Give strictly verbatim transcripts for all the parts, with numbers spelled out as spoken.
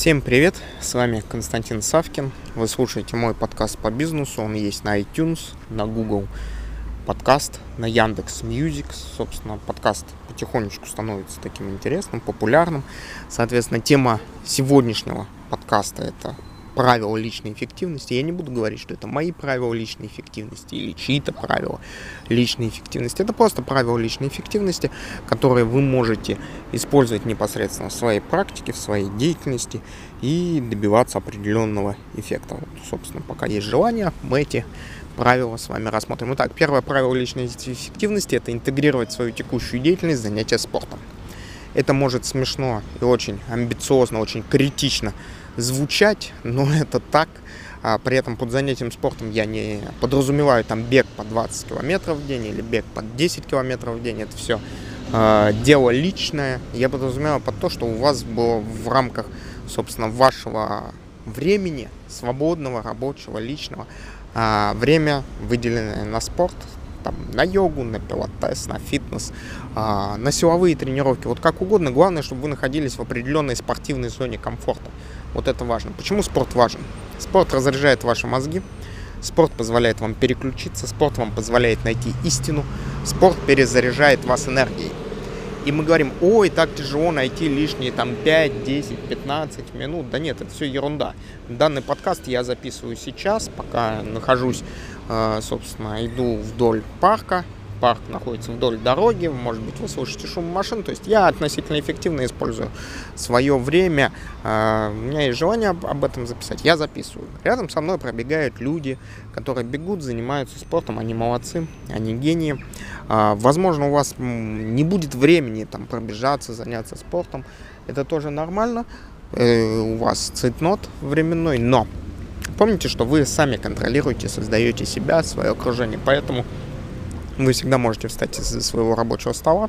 Всем привет, с вами Константин Савкин. Вы слушаете мой подкаст по бизнесу, он есть на iTunes, на Google подкаст, на Яндекс.Мьюзик. Собственно, подкаст потихонечку становится таким интересным, популярным. Соответственно, тема сегодняшнего подкаста — это правила личной эффективности. Я не буду говорить, что это мои правила личной эффективности или чьи-то правила личной эффективности. Это просто правила личной эффективности, которые вы можете использовать непосредственно в своей практике, в своей деятельности и добиваться определенного эффекта. Вот, собственно, пока есть желание, мы эти правила с вами рассмотрим. Итак, первое правило личной эффективности — это интегрировать свою текущую деятельность в занятия спортом. Это может смешно и очень амбициозно, очень критично звучать, но это так. А при этом под занятием спортом я не подразумеваю там бег по двадцать километров в день или бег по десять километров в день. Это все э, дело личное. Я подразумеваю под то, что у вас было в рамках, собственно, вашего времени, свободного, рабочего, личного, э, время, выделенное на спорт, там, на йогу, на пилатес, на фитнес, э, на силовые тренировки, вот как угодно. Главное, чтобы вы находились в определенной спортивной зоне комфорта. Вот это важно. Почему спорт важен? Спорт разряжает ваши мозги, спорт позволяет вам переключиться, спорт вам позволяет найти истину, спорт перезаряжает вас энергией. И мы говорим: ой, так тяжело найти лишние там пять, десять, пятнадцать минут. Да нет, это все ерунда. Данный подкаст я записываю сейчас, пока нахожусь, собственно, иду вдоль парка. Парк находится вдоль дороги, может быть, вы слышите шум машин. То есть я относительно эффективно использую свое время. У меня есть желание об этом записать, я записываю. Рядом со мной пробегают люди, которые бегут, занимаются спортом. Они молодцы, они гении. Возможно, у вас не будет времени там пробежаться, заняться спортом. Это тоже нормально. У вас цейтнот временной, но помните, что вы сами контролируете, создаете себя, свое окружение. Поэтому вы всегда можете встать из своего рабочего стола,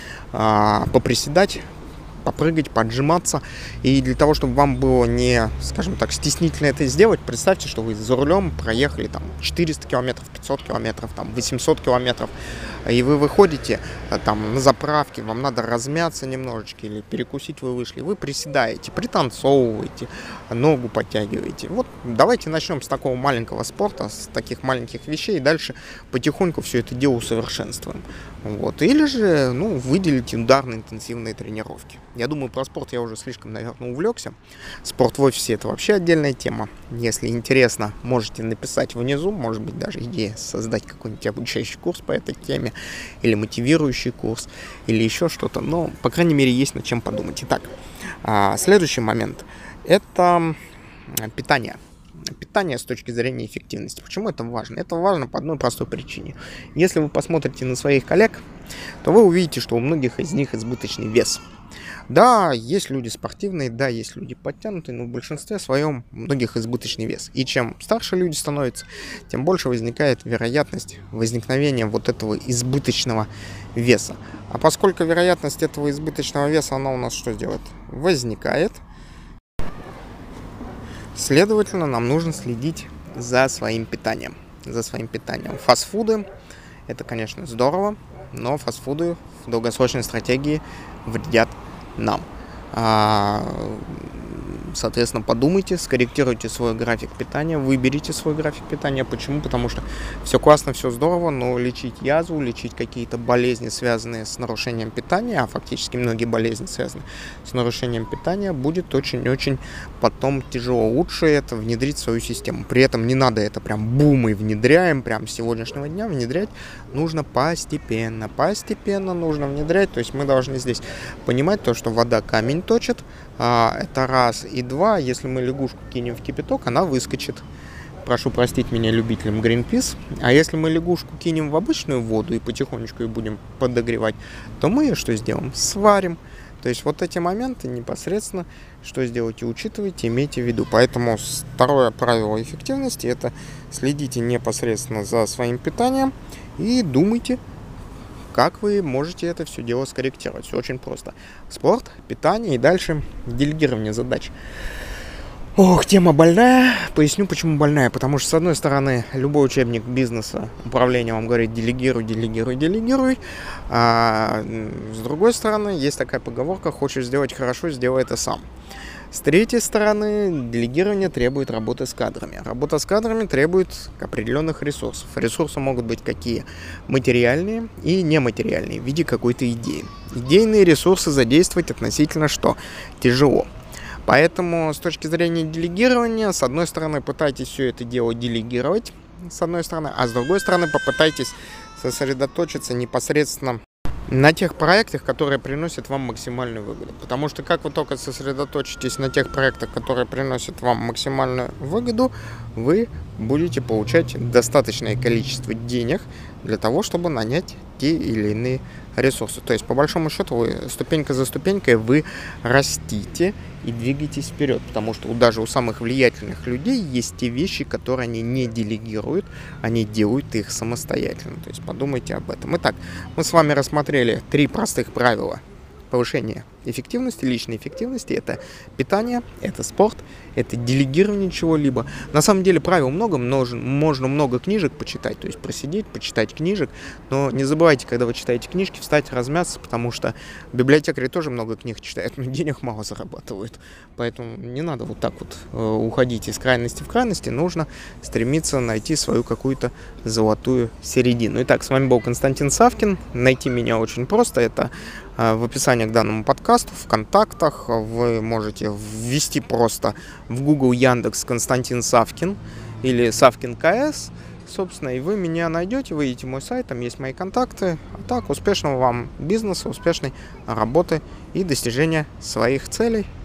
поприседать, попрыгать, поджиматься. И для того, чтобы вам было не, скажем так, стеснительно это сделать, представьте, что вы за рулем проехали там четыреста километров, пятьсот километров, там восемьсот километров, и вы выходите там на заправке, вам надо размяться немножечко или перекусить, вы вышли, вы приседаете, пританцовываете, ногу подтягиваете. Вот давайте начнем с такого маленького спорта, с таких маленьких вещей, и дальше потихоньку все это дело усовершенствуем. Вот. Или же, ну, выделите ударно-интенсивные тренировки. Я думаю, про спорт я уже слишком, наверное, увлекся. Спорт в офисе — это вообще отдельная тема. Если интересно, можете написать внизу. Может быть, даже идея создать какой-нибудь обучающий курс по этой теме, или мотивирующий курс, или еще что-то. Но, по крайней мере, есть над чем подумать. Итак, следующий момент — это питание. Питание с точки зрения эффективности. Почему это важно? Это важно по одной простой причине. Если вы посмотрите на своих коллег, то вы увидите, что у многих из них избыточный вес. Да, есть люди спортивные, да, есть люди подтянутые, но в большинстве своем у многих избыточный вес. И чем старше люди становятся, тем больше возникает вероятность возникновения вот этого избыточного веса. А поскольку вероятность этого избыточного веса, она у нас что делает? Возникает. Следовательно, нам нужно следить за своим питанием. За своим питанием. Фастфуды — это, конечно, здорово, но фастфуды в долгосрочной стратегии вредят нам. Соответственно, подумайте, скорректируйте свой график питания, выберите свой график питания. Почему? Потому что все классно, все здорово, но лечить язву, лечить какие-то болезни, связанные с нарушением питания, а фактически многие болезни связаны с нарушением питания, будет очень-очень потом тяжело. Лучше это внедрить в свою систему. При этом не надо это прям бум и внедряем, прям с сегодняшнего дня внедрять. Нужно постепенно, постепенно нужно внедрять. То есть мы должны здесь понимать то, что вода камень точит. Это раз. И два, если мы лягушку кинем в кипяток, она выскочит. Прошу простить меня любителям Greenpeace. А если мы лягушку кинем в обычную воду и потихонечку ее будем подогревать, то мы ее что сделаем? Сварим. То есть вот эти моменты непосредственно, что сделайте, учитывайте, имейте в виду. Поэтому второе правило эффективности — это следите непосредственно за своим питанием и думайте, как вы можете это все дело скорректировать. Все очень просто. Спорт, питание и дальше делегирование задач. Ох, тема больная. Поясню, почему больная. Потому что, с одной стороны, любой учебник бизнеса, управления вам говорит: делегируй, делегируй, делегируй. А с другой стороны, есть такая поговорка: хочешь сделать хорошо, сделай это сам. С третьей стороны, делегирование требует работы с кадрами. Работа с кадрами требует определенных ресурсов. Ресурсы могут быть какие? Материальные и нематериальные в виде какой-то идеи. Идейные ресурсы задействовать относительно что? Тяжело. Поэтому с точки зрения делегирования, с одной стороны, пытайтесь все это дело делегировать, с одной стороны, а с другой стороны, попытайтесь сосредоточиться непосредственно на тех проектах, которые приносят вам максимальную выгоду. Потому что как вы только сосредоточитесь на тех проектах, которые приносят вам максимальную выгоду, вы будете получать достаточное количество денег для того, чтобы нанять те или иные ресурсы. То есть, по большому счету, вы ступенька за ступенькой вы растите и двигаетесь вперед. Потому что даже у самых влиятельных людей есть те вещи, которые они не делегируют, они делают их самостоятельно. То есть, подумайте об этом. Итак, мы с вами рассмотрели три простых правила повышения эффективности, личной эффективности. Это питание, это спорт, это делегирование чего-либо. На самом деле правил много, можно, можно много книжек почитать, то есть просидеть, почитать книжек, но не забывайте, когда вы читаете книжки, встать, размяться, потому что библиотекари тоже много книг читают, но денег мало зарабатывают. Поэтому не надо вот так вот э, уходить из крайности в крайности, нужно стремиться найти свою какую-то золотую середину. Итак, с вами был Константин Савкин. Найти меня очень просто, это э, в описании к данному подкасту, в контактах вы можете ввести просто в Google, Яндекс Константин Савкин или Савкин КС, собственно, и вы меня найдете, вы видите мой сайт, там есть мои контакты. А так, успешного вам бизнеса, успешной работы и достижения своих целей.